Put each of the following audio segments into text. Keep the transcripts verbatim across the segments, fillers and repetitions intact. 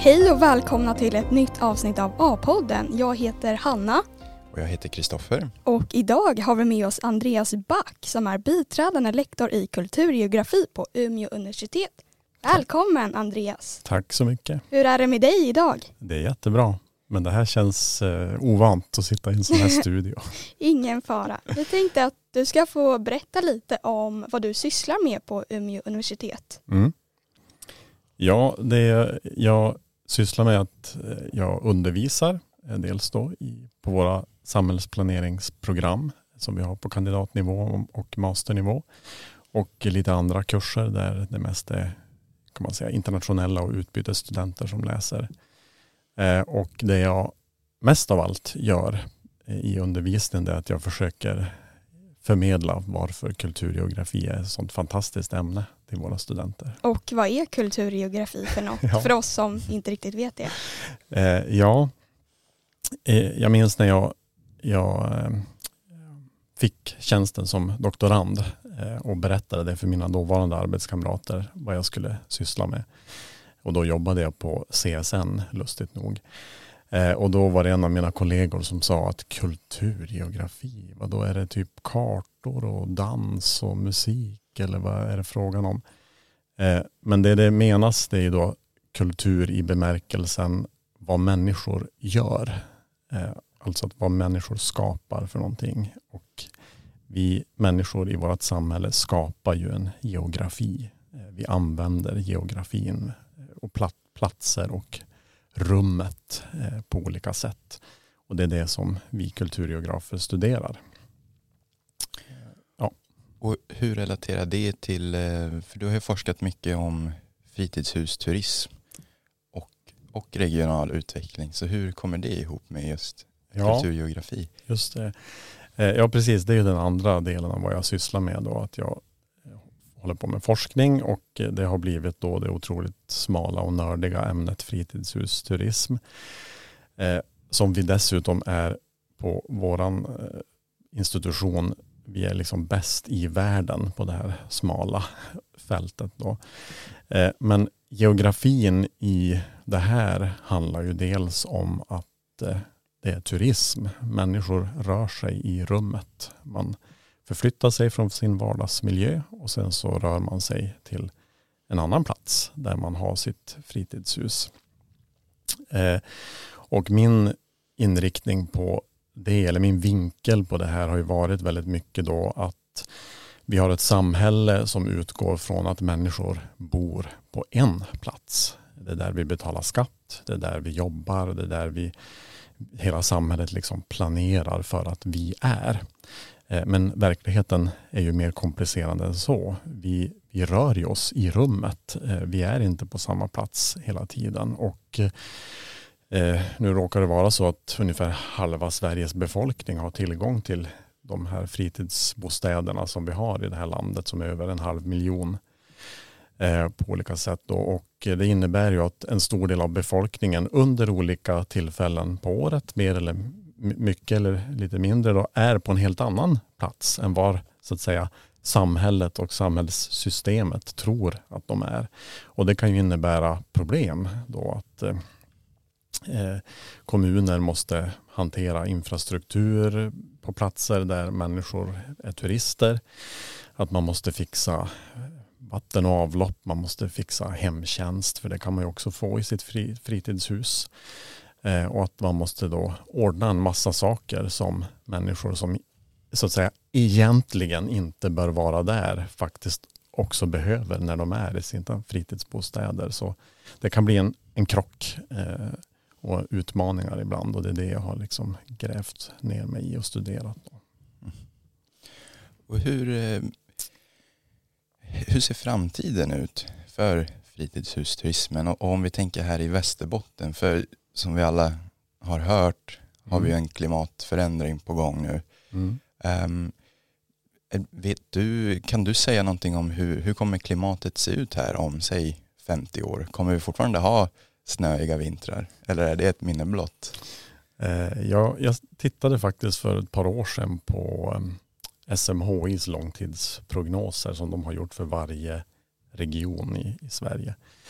Hej och välkomna till ett nytt avsnitt av A-podden. Jag heter Hanna. Och jag heter Kristoffer. Och idag har vi med oss Andreas Back som är biträdande lektor i kulturgeografi på Umeå universitet. Välkommen Andreas. Tack så mycket. Hur är det med dig idag? Det är jättebra. Men det här känns eh, ovant att sitta i en sån här studio. Ingen fara. Vi tänkte att du ska få berätta lite om vad du sysslar med på Umeå universitet. Mm. Ja, det jag sysslar med att jag undervisar dels då i, på våra samhällsplaneringsprogram som vi har på kandidatnivå och masternivå. Och lite andra kurser där det mest är kan man säga, internationella och utbytesstudenter som läser. Eh, och det jag mest av allt gör i undervisningen är att jag försöker förmedla varför kulturgeografi är ett sånt fantastiskt ämne till våra studenter. Och vad är kulturgeografi för något? Ja. För oss som inte riktigt vet det. Eh, ja, eh, jag minns när jag, jag eh, fick tjänsten som doktorand eh, och berättade det för mina dåvarande arbetskamrater vad jag skulle syssla med. Och då jobbade jag på C S N, lustigt nog. Eh, och då var det en av mina kollegor som sa att kulturgeografi, vad då är det typ kartor och dans och musik eller vad är det frågan om? Eh, men det det menas det är då kultur i bemärkelsen vad människor gör. Eh, alltså att vad människor skapar för någonting. Och vi människor i vårt samhälle skapar ju en geografi. Eh, vi använder geografin och platser och rummet eh, på olika sätt. Och det är det som vi kulturgeografer studerar. Ja. Och hur relaterar det till, för du har ju forskat mycket om fritidshus-turism och, och regional utveckling. Så hur kommer det ihop med just ja, kulturgeografi? Just det. Eh, ja, precis. Det är ju den andra delen av vad jag sysslar med då. Att jag håller på med forskning och det har blivit då det otroligt smala och nördiga ämnet fritidshus-turism. Eh, som vi dessutom är på våran eh, institution, vi är liksom bäst i världen på det här smala fältet då. Eh, men geografin i det här handlar ju dels om att eh, det är turism. Människor rör sig i rummet. Man förflyttar sig från sin vardagsmiljö och sen så rör man sig till en annan plats där man har sitt fritidshus. Eh, och min inriktning på det, eller min vinkel på det här har ju varit väldigt mycket då att vi har ett samhälle som utgår från att människor bor på en plats. Det är där vi betalar skatt, det är där vi jobbar, det är där vi hela samhället liksom planerar för att vi är. Men verkligheten är ju mer komplicerad än så. Vi, vi rör ju oss i rummet. Vi är inte på samma plats hela tiden. Och eh, nu råkar det vara så att ungefär halva Sveriges befolkning har tillgång till de här fritidsbostäderna som vi har i det här landet som är över en halv miljon eh, på olika sätt. Då. Och det innebär ju att en stor del av befolkningen under olika tillfällen på året, mer eller mycket eller lite mindre då, är på en helt annan plats än var så att säga samhället och samhällssystemet tror att de är. Och det kan ju innebära problem då att eh, kommuner måste hantera infrastruktur på platser där människor är turister. Att man måste fixa vatten och avlopp, man måste fixa hemtjänst för det kan man ju också få i sitt fri, fritidshus. Och att man måste då ordna en massa saker som människor som så att säga egentligen inte bör vara där faktiskt också behöver när de är i sina fritidsbostäder. Så det kan bli en, en krock eh, och utmaningar ibland och det är det jag har liksom grävt ner mig i och studerat. Då. Mm. Och hur, hur ser framtiden ut för fritidshus-turismen? Och om vi tänker här i Västerbotten, för som vi alla har hört har vi en klimatförändring på gång nu. Mm. Um, vet du, kan du säga någonting om hur, hur kommer klimatet se ut här om, säg, femtio år? Kommer vi fortfarande ha snöiga vintrar? Eller är det ett minne blott? Uh, ja, jag tittade faktiskt för ett par år sedan på um, S M H I:s långtidsprognoser som de har gjort för varje region i, i Sverige.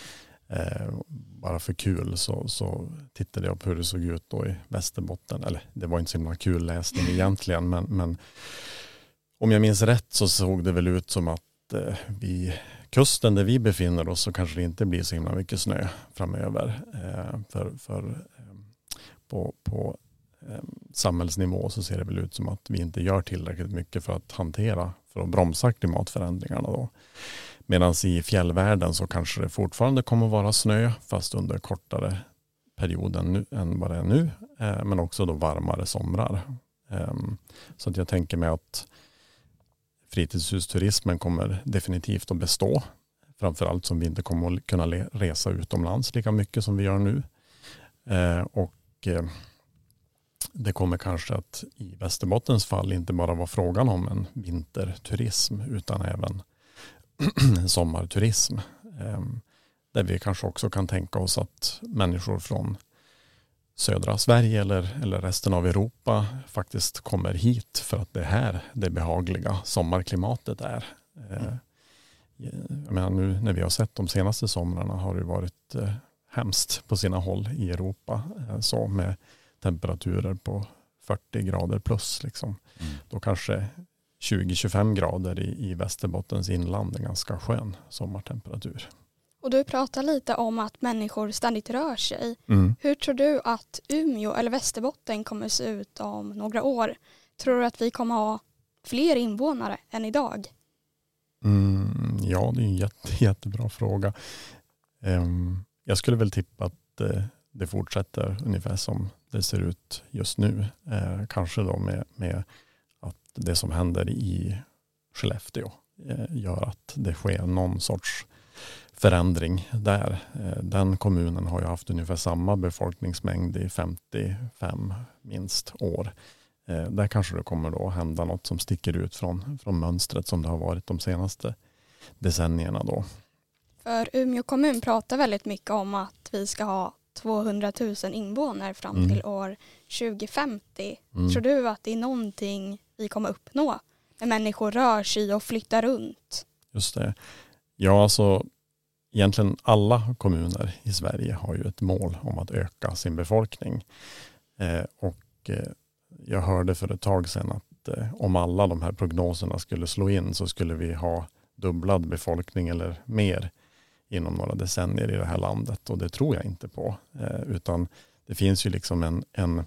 Eh, bara för kul så, så tittade jag på hur det såg ut då i Västerbotten. Eller det var inte så himla kul läsning egentligen, men, men om jag minns rätt så såg det väl ut som att eh, vi, kusten där vi befinner oss, så kanske det inte blir så himla mycket snö framöver. Eh, för för eh, på, på eh, samhällsnivå så ser det väl ut som att vi inte gör tillräckligt mycket för att hantera, för att bromsa klimatförändringarna då. Medan i fjällvärlden så kanske det fortfarande kommer att vara snö, fast under kortare perioden nu, än vad det är nu. Eh, men också då varmare somrar. Eh, så att jag tänker mig att fritidshus-turismen kommer definitivt att bestå. Framförallt som vi inte kommer att kunna le- resa utomlands lika mycket som vi gör nu. Eh, och eh, det kommer kanske att i Västerbottens fall inte bara vara frågan om en vinterturism, utan även sommarturism. Eh, där vi kanske också kan tänka oss att människor från södra Sverige eller, eller resten av Europa faktiskt kommer hit för att det här det behagliga sommarklimatet är. Eh, jag menar nu när vi har sett de senaste somrarna har det varit eh, hemskt på sina håll i Europa. Eh, så med temperaturer på fyrtio grader plus. Liksom. Mm. Då kanske tjugo till tjugofem grader i, i Västerbottens inland är ganska skön sommartemperatur. Och du pratar lite om att människor ständigt rör sig. Mm. Hur tror du att Umeå eller Västerbotten kommer se ut om några år? Tror du att vi kommer ha fler invånare än idag? Mm, ja, det är en jätte, jättebra fråga. Um, jag skulle väl tippa att uh, det fortsätter ungefär som det ser ut just nu. Uh, kanske då med, med att det som händer i Skellefteå uh, gör att det sker någon sorts förändring där. Den kommunen har ju haft ungefär samma befolkningsmängd i femtiofem minst år. Där kanske det kommer då hända något som sticker ut från, från mönstret som det har varit de senaste decennierna då. För Umeå kommun pratar väldigt mycket om att vi ska ha tvåhundratusen invånare fram Mm. till år tjugo femtio. Mm. Tror du att det är någonting vi kommer uppnå när människor rör sig och flyttar runt? Just det. Ja, alltså egentligen alla kommuner i Sverige har ju ett mål om att öka sin befolkning. Eh, och eh, jag hörde för ett tag sedan att eh, om alla de här prognoserna skulle slå in så skulle vi ha dubblad befolkning eller mer inom några decennier i det här landet. Och det tror jag inte på. Eh, utan det finns ju liksom en, en...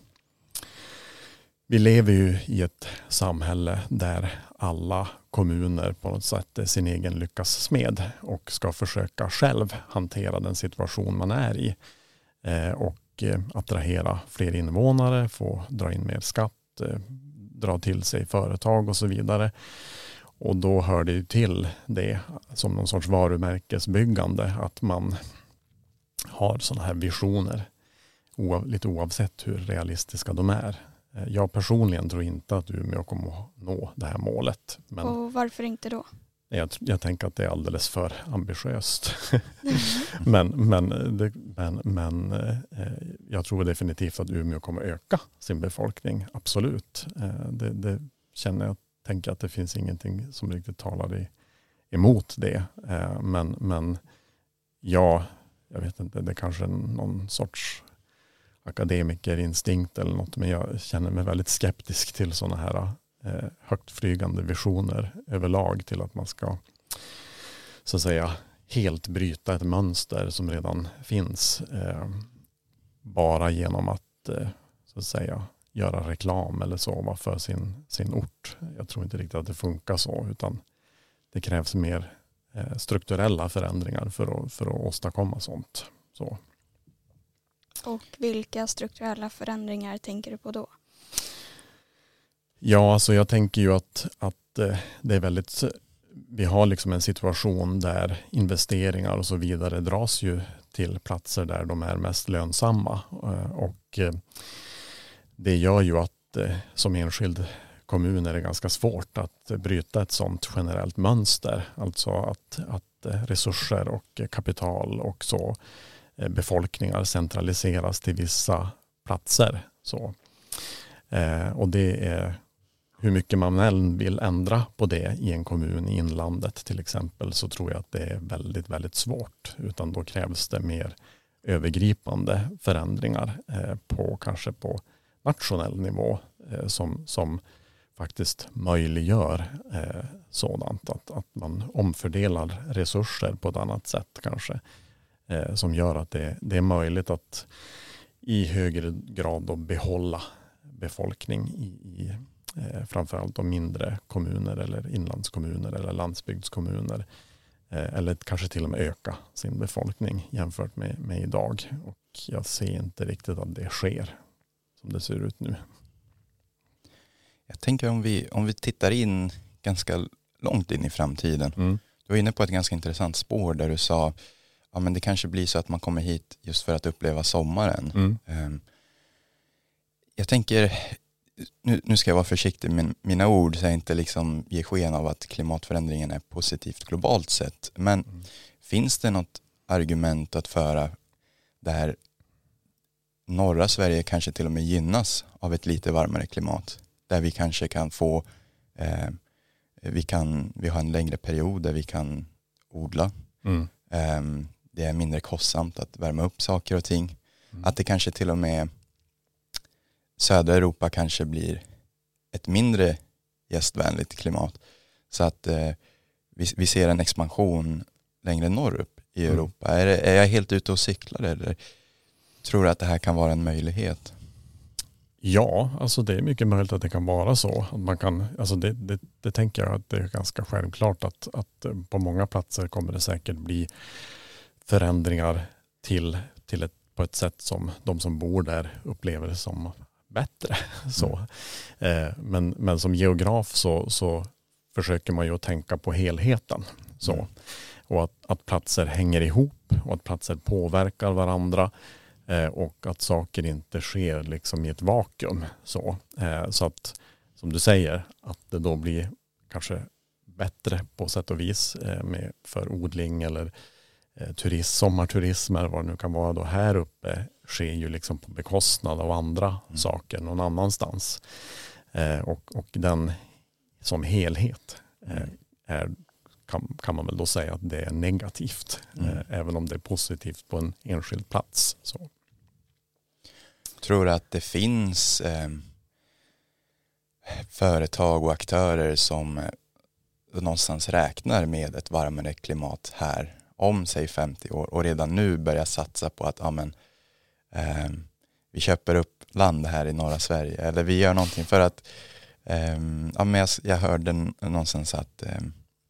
Vi lever ju i ett samhälle där alla kommuner på något sätt är sin egen lyckas smed och ska försöka själv hantera den situation man är i. Eh, och eh, attrahera fler invånare, få dra in mer skatt, eh, dra till sig företag och så vidare. Och då hör det ju till det som någon sorts varumärkesbyggande att man har sådana här visioner oav, lite oavsett hur realistiska de är. Jag personligen tror inte att Umeå kommer att nå det här målet. Men och varför inte då? Jag, jag tänker att det är alldeles för ambitiöst. Mm. men men, det, men, men eh, jag tror definitivt att Umeå kommer öka sin befolkning. Absolut. Eh, det, det känner jag, tänker att det finns ingenting som riktigt talar i, emot det. Eh, men, men ja, jag vet inte, det är kanske någon sorts akademikerinstinkt eller något, men jag känner mig väldigt skeptisk till sådana här eh, högtflygande visioner överlag, till att man ska så att säga helt bryta ett mönster som redan finns eh, bara genom att eh, så att säga göra reklam eller så för sin, sin ort. Jag tror inte riktigt att det funkar så, utan det krävs mer eh, strukturella förändringar för att, för att åstadkomma sånt. Så. Och vilka strukturella förändringar tänker du på då? Ja, alltså jag tänker ju att, att det är väldigt, vi har liksom en situation där investeringar och så vidare dras ju till platser där de är mest lönsamma. Och det gör ju att som enskild kommun är det ganska svårt att bryta ett sådant generellt mönster. Alltså att, att resurser och kapital och så befolkningar centraliseras till vissa platser. Så. Eh, och det är hur mycket man än vill ändra på det i en kommun i inlandet till exempel, så tror jag att det är väldigt, väldigt svårt. Utan då krävs det mer övergripande förändringar eh, på kanske på nationell nivå eh, som, som faktiskt möjliggör eh, sådant. Att, att man omfördelar resurser på ett annat sätt kanske. Eh, som gör att det, det är möjligt att i högre grad då behålla befolkning i, i eh, framförallt de mindre kommuner eller inlandskommuner eller landsbygdskommuner. Eh, eller kanske till och med öka sin befolkning jämfört med, med idag. Och jag ser inte riktigt att det sker som det ser ut nu. Jag tänker om vi, om vi tittar in ganska långt in i framtiden. Mm. Du var inne på ett ganska intressant spår där du sa ja, men det kanske blir så att man kommer hit just för att uppleva sommaren. Mm. Um, jag tänker, nu, nu ska jag vara försiktig med mina ord så jag inte liksom ger sken av att klimatförändringen är positivt globalt sett. Men mm. finns det något argument att föra där norra Sverige kanske till och med gynnas av ett lite varmare klimat? Där vi kanske kan få, eh, vi kan, vi har en längre period där vi kan odla. Mm. Um, det är mindre kostsamt att värma upp saker och ting. Mm. Att det kanske till och med södra Europa kanske blir ett mindre gästvänligt klimat. Så att eh, vi, vi ser en expansion längre norrut i Europa. Mm. Är, är jag helt ute och cyklar eller tror du att det här kan vara en möjlighet? Ja, alltså det är mycket möjligt att det kan vara så. Att man kan, alltså det, det, det tänker jag att det är ganska självklart att, att på många platser kommer det säkert bli förändringar till, till ett, på ett sätt som de som bor där upplever det som bättre. Så. Mm. Eh, men, men som geograf så, så försöker man ju att tänka på helheten. Så. Mm. Och att, att platser hänger ihop och att platser påverkar varandra. Och att saker inte sker liksom i ett vakuum. Så, så att, som du säger, att det då blir kanske bättre på sätt och vis med, för odling eller turism, sommarturism eller vad det nu kan vara. Då här uppe sker ju liksom på bekostnad av andra mm. saker någon annanstans. Och, och den som helhet är, kan, kan man väl då säga att det är negativt. Mm. Även om det är positivt på en enskild plats. Så. Tror du att det finns eh, företag och aktörer som eh, någonstans räknar med ett varmare klimat här om sig femtio år och redan nu börjar satsa på att amen, eh, vi köper upp land här i norra Sverige eller vi gör någonting för att eh, ja, men jag, jag hörde någonstans att eh,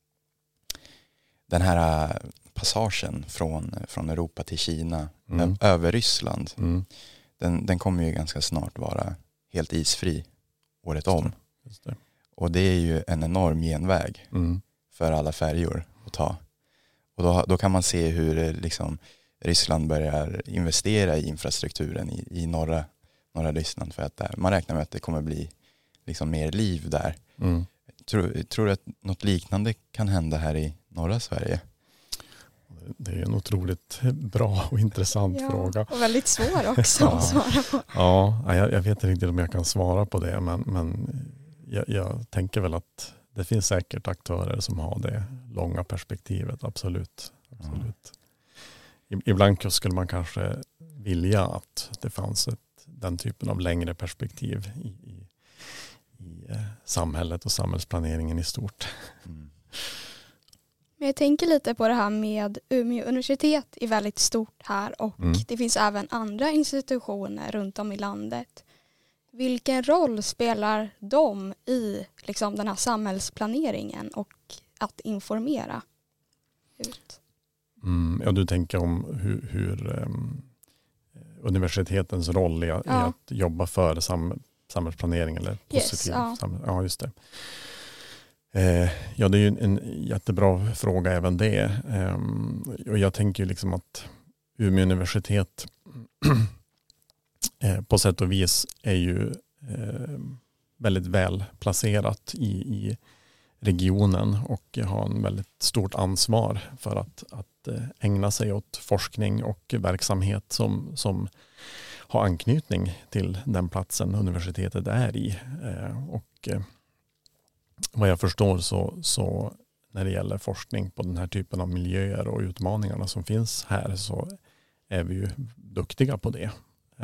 den här passagen från, från Europa till Kina mm. över Ryssland mm. Den, den kommer ju ganska snart vara helt isfri året just om. Just det. Och det är ju en enorm genväg mm. för alla färjor att ta. Och då, då kan man se hur liksom, Ryssland börjar investera i infrastrukturen i, i norra, norra Ryssland. För att där, man räknar med att det kommer bli liksom, mer liv där. Mm. Tror, tror du att något liknande kan hända här i norra Sverige? Det är en otroligt bra och intressant ja, fråga. Och väldigt svår också ja. att svara på. Ja, jag, jag vet inte riktigt om jag kan svara på det. Men, men jag, jag tänker väl att det finns säkert aktörer som har det långa perspektivet. Absolut. absolut. Mm. Ibland skulle man kanske vilja att det fanns ett, den typen av längre perspektiv i, i, i samhället och samhällsplaneringen i stort. Mm. Men jag tänker lite på det här med Umeå universitet är väldigt stort här och mm. det finns även andra institutioner runt om i landet. Vilken roll spelar de i liksom, den här samhällsplaneringen och att informera ut? Mm, ja, du tänker om hur, hur um, universitetens roll är, ja. är att jobba för sam, samhällsplanering eller positiv yes, ja. samhäll, ja, just det. Ja, det är ju en jättebra fråga även det. Och jag tänker ju liksom att Umeå universitet på sätt och vis är ju väldigt väl placerat i, i regionen och har en väldigt stort ansvar för att, att ägna sig åt forskning och verksamhet som, som har anknytning till den platsen universitetet är i. Och vad jag förstår så, så när det gäller forskning på den här typen av miljöer och utmaningarna som finns här så är vi ju duktiga på det.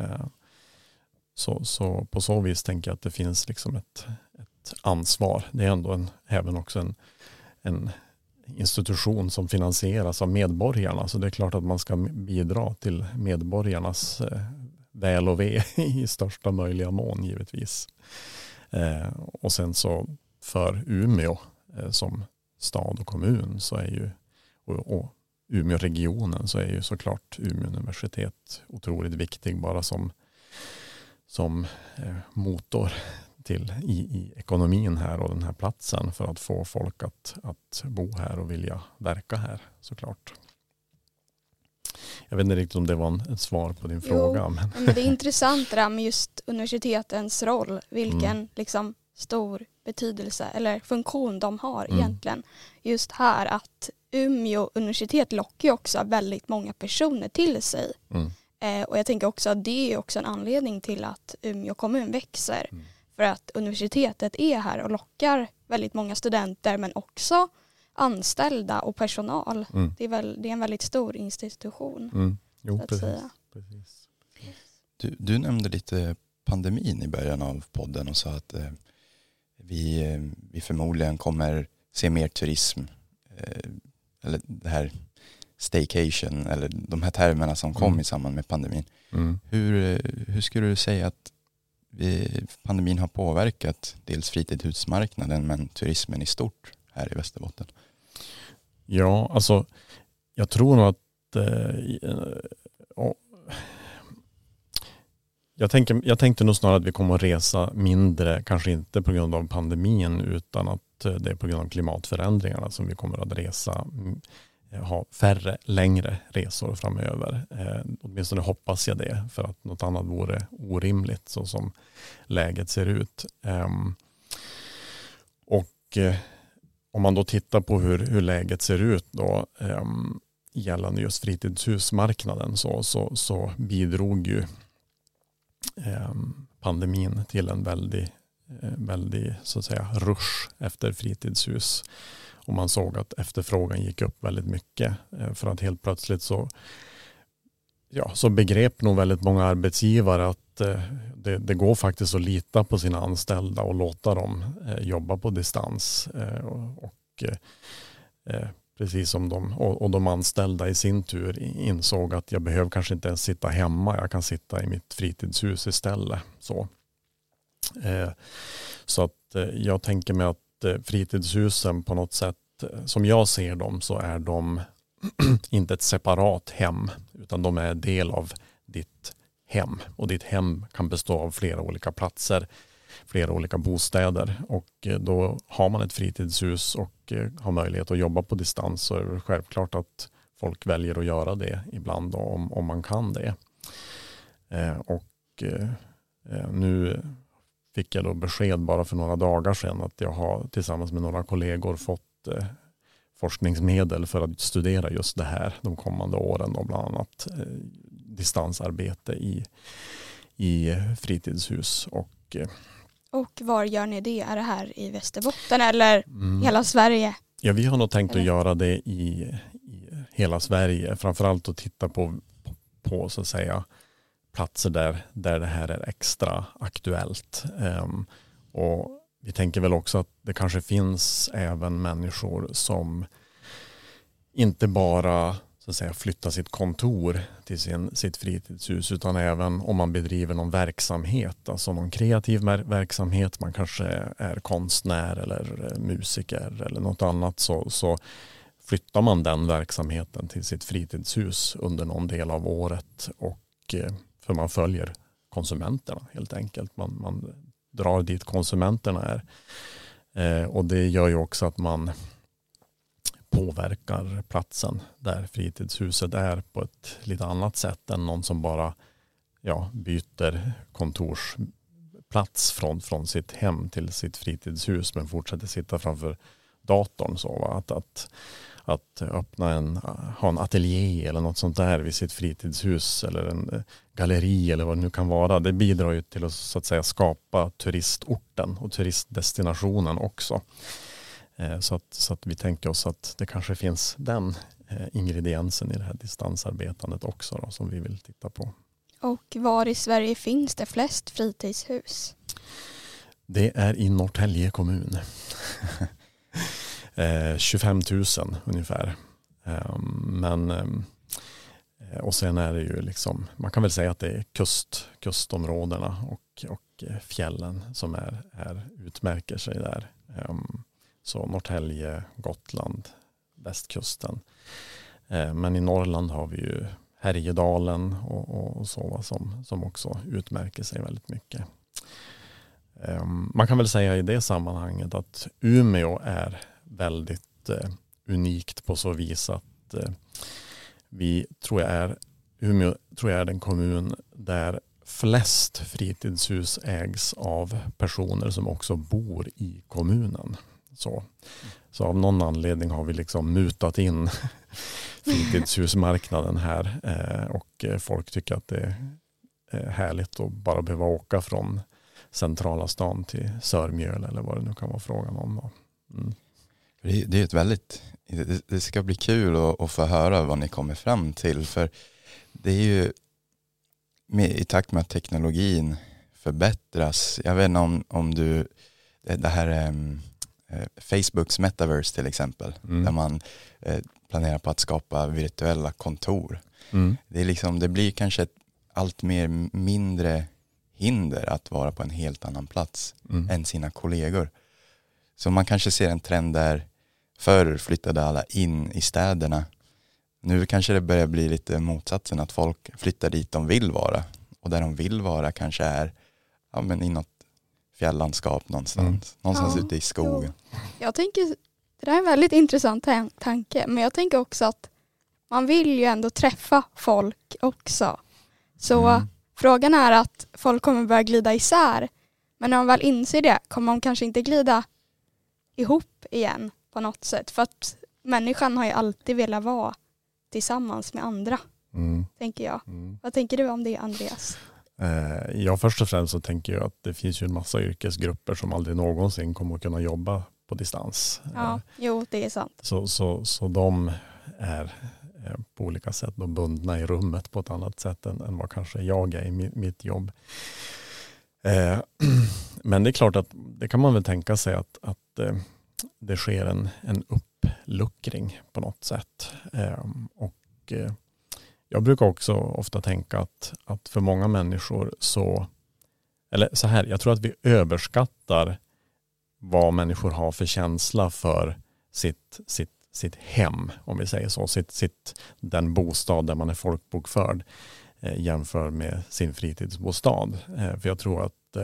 Så, så på så vis tänker jag att det finns liksom ett, ett ansvar. Det är ändå en, även också en, en institution som finansieras av medborgarna. Så det är klart att man ska bidra till medborgarnas väl och ve i största möjliga mån givetvis. Och sen så för Umeå som stad och kommun så är ju och, och Umeå-regionen så är ju såklart Umeå universitet otroligt viktig bara som, som eh, motor till i, i ekonomin här och den här platsen för att få folk att, att bo här och vilja verka här såklart. Jag vet inte riktigt om det var en, ett svar på din jo, fråga. Men. men det är intressant det där med just universitetens roll. Vilken mm. liksom stor betydelse eller funktion de har mm. egentligen. Just här att Umeå universitet lockar ju också väldigt många personer till sig. Mm. Eh, och jag tänker också att det är också en anledning till att Umeå kommun växer. Mm. För att universitetet är här och lockar väldigt många studenter men också anställda och personal. Mm. Det, är väl, det är en väldigt stor institution. Mm. Jo, att precis. Säga. precis. Du, du nämnde lite pandemin i början av podden och sa att eh, vi, eh, vi förmodligen kommer se mer turism eh, eller det här staycation eller de här termerna som kom mm. i samband med pandemin. Mm. Hur, hur skulle du säga att vi, pandemin har påverkat dels fritidshusmarknaden men turismen i stort här i Västerbotten? Ja, alltså jag tror nog att eh, oh, jag, tänker, jag tänkte nog snarare att vi kommer att resa mindre, kanske inte på grund av pandemin utan att det är på grund av klimatförändringarna som vi kommer att resa, ha färre längre resor framöver. Eh, åtminstone hoppas jag det för att något annat vore orimligt så som läget ser ut. Eh, och eh, om man då tittar på hur, hur läget ser ut då eh, gällande just fritidshusmarknaden så, så, så bidrog ju eh, pandemin till en väldig, eh, väldig så att säga rush efter fritidshus. Och man såg att efterfrågan gick upp väldigt mycket eh, för att helt plötsligt så ja, så begrep nog väldigt många arbetsgivare att eh, det, det går faktiskt att lita på sina anställda och låta dem eh, jobba på distans. Eh, och och eh, precis som de, och, och de anställda i sin tur insåg att jag behöver kanske inte ens sitta hemma, jag kan sitta i mitt fritidshus istället. Så, eh, så att eh, jag tänker mig att eh, fritidshusen på något sätt, som jag ser dem så är de inte ett separat hem utan de är del av ditt hem och ditt hem kan bestå av flera olika platser, flera olika bostäder och då har man ett fritidshus och har möjlighet att jobba på distans så är det självklart att folk väljer att göra det ibland då, om, om man kan det. Eh, och eh, nu fick jag då besked bara för några dagar sedan att jag har tillsammans med några kollegor fått eh, forskningsmedel för att studera just det här de kommande åren och bland annat eh, distansarbete i, i fritidshus och eh, Och var gör ni det? Är det här i Västerbotten eller mm. hela Sverige? Ja, vi har nog tänkt eller? att göra det i, i hela Sverige. Framförallt att titta på, på, på så att säga platser där, där det här är extra aktuellt. Um, och vi tänker väl också att det kanske finns även människor som inte bara så att säga flytta sitt kontor till sin, sitt fritidshus utan även om man bedriver någon verksamhet, alltså någon kreativ verksamhet, man kanske är konstnär eller musiker eller något annat så, så flyttar man den verksamheten till sitt fritidshus under någon del av året och för man följer konsumenterna helt enkelt. Man, man drar dit konsumenterna är eh, och det gör ju också att man påverkar platsen där fritidshuset är på ett lite annat sätt än någon som bara ja, byter kontorsplats från, från sitt hem till sitt fritidshus men fortsätter sitta framför datorn. Så, va? Att, att, att öppna en, ha en ateljé eller något sånt där vid sitt fritidshus eller en galleri eller vad det nu kan vara. Det bidrar ju till att, så att säga, skapa turistorten och turistdestinationen också. Så att, så att vi tänker oss att det kanske finns den ingrediensen i det här distansarbetandet också då, som vi vill titta på. Och var i Sverige finns det flest fritidshus? Det är i Norrtälje kommun. eh, tjugofem tusen ungefär. Eh, men eh, och sen är det ju liksom, man kan väl säga att det är kust, kustområdena och, och fjällen som är, är utmärker sig där. Eh, så Norrtälje, Gotland, västkusten. Eh, men i Norrland har vi ju Härjedalen och, och så som, som också utmärker sig väldigt mycket. Um, man kan väl säga i det sammanhanget att Umeå är väldigt uh, unikt på så vis att uh, vi tror jag är Umeå tror jag är den kommun där flest fritidshus ägs av personer som också bor i kommunen. Så, så av någon anledning har vi liksom mutat in fritidshusmarknaden här eh, och folk tycker att det är härligt att bara behöva åka från centrala stan till Sörmjöl eller vad det nu kan vara frågan om. Mm. Det, det är ett väldigt, det, det ska bli kul att, att få höra vad ni kommer fram till, för det är ju med, i takt med att teknologin förbättras. Jag vet inte om, om du, det, det här är eh, Facebooks metaverse till exempel, mm. där man eh, planerar på att skapa virtuella kontor. Mm. Det är liksom, det blir kanske ett allt mer mindre hinder att vara på en helt annan plats mm. än sina kollegor. Så man kanske ser en trend där förr flyttade alla in i städerna. Nu kanske det börjar bli lite motsatsen, att folk flyttar dit de vill vara. Och där de vill vara kanske är ja, men i något fjällandskap någonstans. Mm. Någonstans ja, ute i skogen. Jo. Jag tänker, det där är en väldigt intressant tanke. Men jag tänker också att man vill ju ändå träffa folk också. Så mm. frågan är att folk kommer börja glida isär. Men när de väl inser det kommer de kanske inte glida ihop igen på något sätt. För att människan har ju alltid velat vara tillsammans med andra. Mm. Tänker jag. Mm. Vad tänker du om det, Andreas? Eh, ja, först och främst så tänker jag att det finns ju en massa yrkesgrupper som aldrig någonsin kommer att kunna jobba på distans. Ja, eh, jo, det är sant. Så, så, så de är på olika sätt då bundna i rummet på ett annat sätt än, än vad kanske jag är i mitt, mitt jobb. Eh, men det är klart att det kan man väl tänka sig att, att eh, det sker en, en uppluckring på något sätt. Eh, och eh, jag brukar också ofta tänka att, att för många människor så, eller så här, jag tror att vi överskattar vad människor har för känsla för sitt, sitt sitt hem, om vi säger så, sitt, sitt, den bostad där man är folkbokförd eh, jämför med sin fritidsbostad. Eh, för jag tror att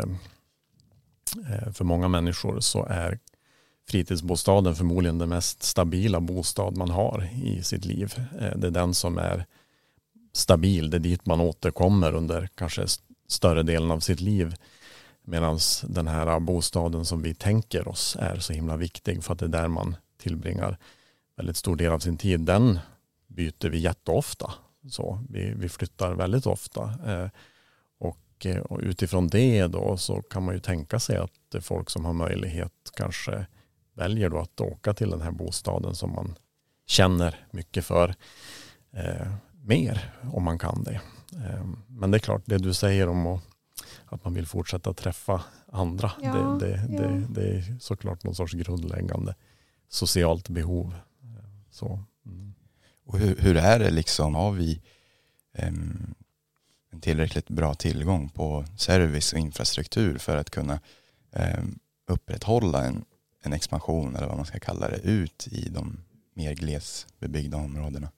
eh, för många människor så är fritidsbostaden förmodligen den mest stabila bostad man har i sitt liv. Eh, det är den som är stabil, det är dit man återkommer under kanske större delen av sitt liv. Medan den här bostaden som vi tänker oss är så himla viktig för att det är där man tillbringar väldigt stor del av sin tid, den byter vi jätteofta. Så vi, vi flyttar väldigt ofta. Eh, och, och utifrån det då så kan man ju tänka sig att folk som har möjlighet kanske väljer då att åka till den här bostaden som man känner mycket för eh, mer om man kan det. Eh, men det är klart, det du säger om att, att man vill fortsätta träffa andra, ja, det, det, ja. det, det är såklart någon sorts grundläggande socialt behov. Så. Mm. Och hur, hur är det liksom, har vi um, en tillräckligt bra tillgång på service och infrastruktur för att kunna um, upprätthålla en, en expansion eller vad man ska kalla det ut i de mer glesbebyggda områdena?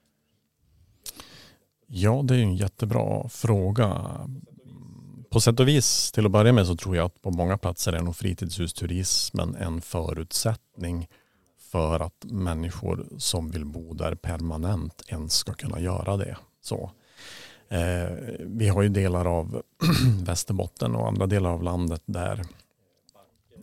Ja, det är en jättebra fråga. På sätt och vis, till att börja med så tror jag att på många platser är nog fritidshus-turismen en förutsättning för att människor som vill bo där permanent ens ska kunna göra det. Så, eh, vi har ju delar av Västerbotten och andra delar av landet där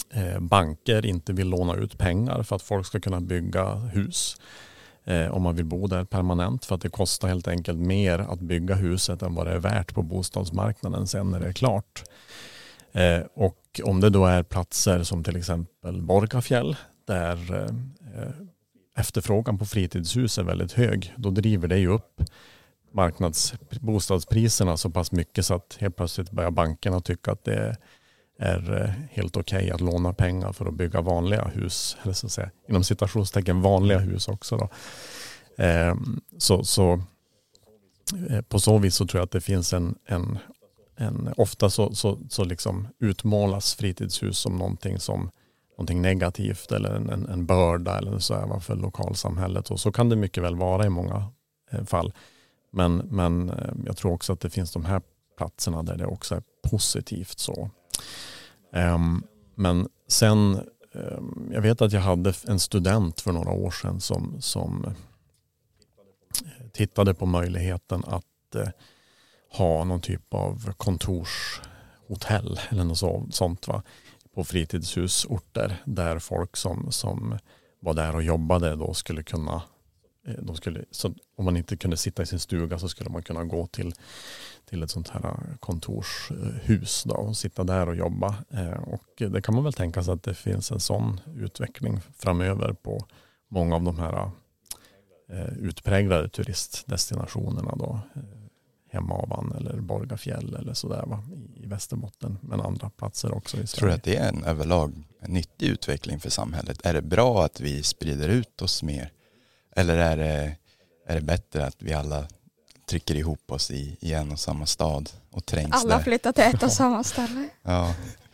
eh, banker inte vill låna ut pengar för att folk ska kunna bygga hus eh, om man vill bo där permanent, för att det kostar helt enkelt mer att bygga huset än vad det är värt på bostadsmarknaden sen när det är klart. Eh, och om det då är platser som till exempel Borgafjäll där eh, efterfrågan på fritidshus är väldigt hög, då driver det ju upp marknadsbostadspriserna så pass mycket så att helt plötsligt börjar bankerna tycka att det är helt okej okay att låna pengar för att bygga vanliga hus, eller så att säga, inom citationstecken vanliga hus också då. Eh, så, så eh, på så vis så tror jag att det finns en, en, en ofta så, så, så liksom utmålas fritidshus som någonting som någonting negativt eller en, en, en börda eller så här för lokalsamhället, och så kan det mycket väl vara i många eh, fall. Men, men jag tror också att det finns de här platserna där det också är positivt så. Um, men sen, um, jag vet att jag hade en student för några år sedan som, som tittade på möjligheten att uh, ha någon typ av kontorshotell eller något så, sånt va, på fritidshusorter där folk som, som var där och jobbade då skulle kunna De skulle, så om man inte kunde sitta i sin stuga så skulle man kunna gå till, till ett sånt här kontorshus då, och sitta där och jobba. Eh, och det kan man väl tänka sig att det finns en sån utveckling framöver på många av de här eh, utpräglade turistdestinationerna då. Eh, Hemavan eller Borgafjäll eller sådär va, i, i Västerbotten, men andra platser också i Sverige. Tror du att det är en överlag en nyttig utveckling för samhället? Är det bra att vi sprider ut oss mer? Eller är det, är det bättre att vi alla trycker ihop oss i, i en och samma stad och trängs alla där? Alla flyttar till ett och samma ställe. Ja,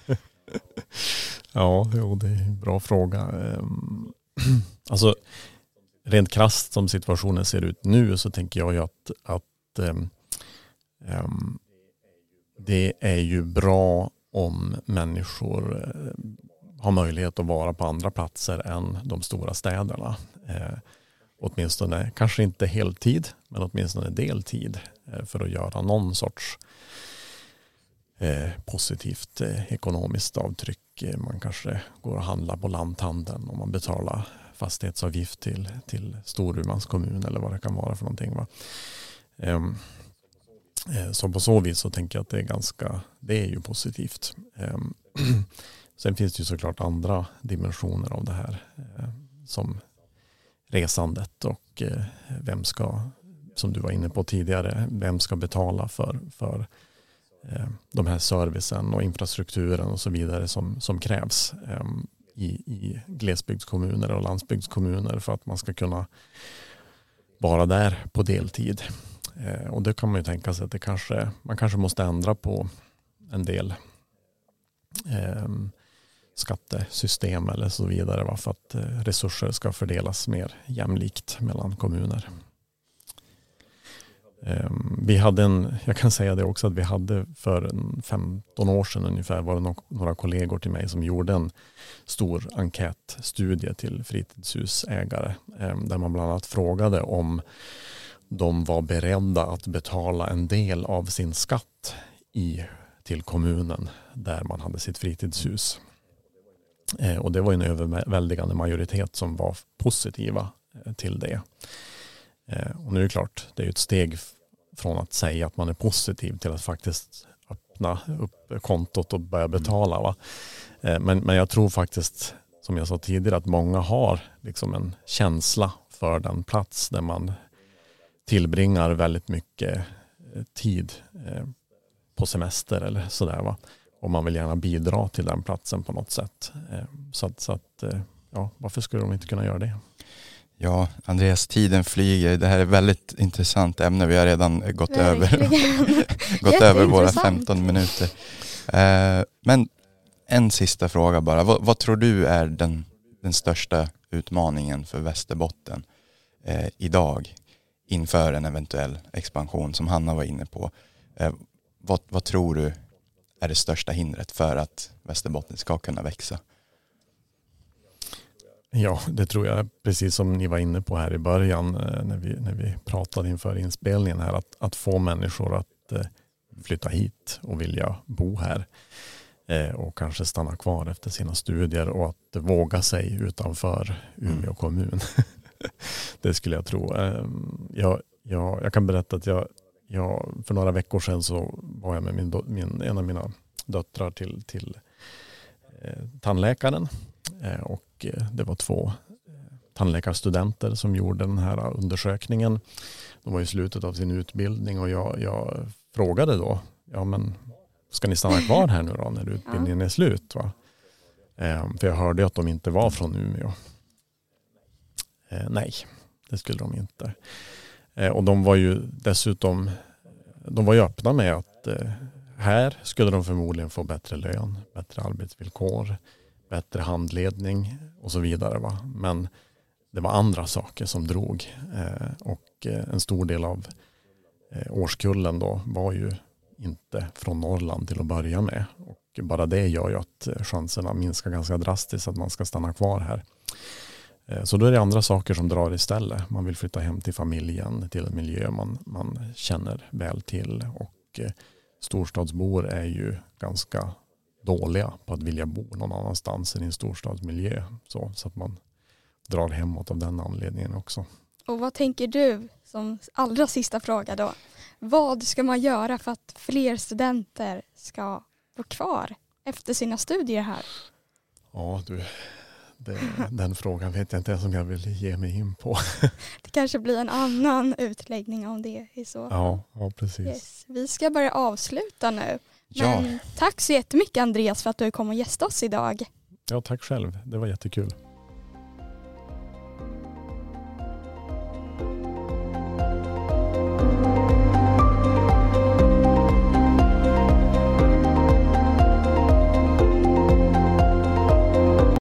ja jo, det är en bra fråga. Alltså, rent krasst som situationen ser ut nu så tänker jag ju att, att um, um, det är ju bra om människor uh, har möjlighet att vara på andra platser än de stora städerna. Uh, Åtminstone, kanske inte heltid, men åtminstone deltid för att göra någon sorts eh, positivt eh, ekonomiskt avtryck. Man kanske går och handlar på lanthandeln och man betalar fastighetsavgift till, till Storumans kommun eller vad det kan vara för någonting. Va? Eh, så på så vis så tänker jag att det är ganska, det är ju positivt. Eh, sen finns det ju såklart andra dimensioner av det här eh, som resandet och eh, vem ska, som du var inne på tidigare, vem ska betala för, för eh, de här servicen och infrastrukturen och så vidare som, som krävs eh, i, i glesbygdskommuner och landsbygdskommuner för att man ska kunna vara där på deltid. Eh, och det kan man ju tänka sig att det kanske, man kanske måste ändra på en del eh, skattesystem eller så vidare, va, för att resurser ska fördelas mer jämlikt mellan kommuner. Vi hade en, jag kan säga det också, att vi hade för femton år sedan ungefär var det några kollegor till mig som gjorde en stor enkätstudie till fritidshusägare där man bland annat frågade om de var beredda att betala en del av sin skatt i, till kommunen där man hade sitt fritidshus. Och det var en överväldigande majoritet som var positiva till det. Och nu är det klart, det är ett steg från att säga att man är positiv till att faktiskt öppna upp kontot och börja betala. Va? Men, men jag tror faktiskt, som jag sa tidigare, att många har liksom en känsla för den plats där man tillbringar väldigt mycket tid på semester eller sådär, va. Och man vill gärna bidra till den platsen på något sätt. Så att, så att ja, varför skulle de inte kunna göra det? Ja, Andreas, tiden flyger. Det här är ett väldigt intressant ämne. Vi har redan gått över gått över våra femton minuter. Men en sista fråga bara. Vad, vad tror du är den, den största utmaningen för Västerbotten eh, idag inför en eventuell expansion som Hanna var inne på? Eh, vad, vad tror du är det största hindret för att Västerbotten ska kunna växa? Ja, det tror jag, precis som ni var inne på här i början när vi, när vi pratade inför inspelningen här, att, att få människor att flytta hit och vilja bo här. eh, och kanske stanna kvar efter sina studier och att våga sig utanför Umeå kommun. Det skulle jag tro. Eh, jag, jag, jag kan berätta att jag, jag för några veckor sedan så var jag med min, min, en av mina döttrar till, till eh, tandläkaren eh, och eh, det var två tandläkarstudenter som gjorde den här undersökningen. De var i slutet av sin utbildning och jag, jag frågade då, ja men ska ni stanna kvar här nu då när utbildningen är slut? Va? Eh, för jag hörde att de inte var från Umeå. Eh, nej, det skulle de inte. Eh, och de var ju dessutom, de var ju öppna med att eh, här skulle de förmodligen få bättre lön, bättre arbetsvillkor, bättre handledning och så vidare. Va? Men det var andra saker som drog eh, och eh, en stor del av eh, årskullen då var ju inte från Norrland till att börja med. Och bara det gör ju att chanserna minskar ganska drastiskt att man ska stanna kvar här. Eh, så då är det andra saker som drar istället. Man vill flytta hem till familjen, till en miljö man, man känner väl till. Och eh, storstadsbor är ju ganska dåliga på att vilja bo någon annanstans än i en storstadsmiljö. Så, så att man drar hemåt av den anledningen också. Och vad tänker du som allra sista fråga då? Vad ska man göra för att fler studenter ska vara kvar efter sina studier här? Ja, du, det, den frågan vet jag inte ens om jag vill ge mig in på. Det kanske blir en annan utläggning om det i så. Ja, ja precis. Yes. Vi ska börja avsluta nu. Ja. Men tack så jättemycket Andreas för att du kom och gästade oss idag. Ja, tack själv. Det var jättekul.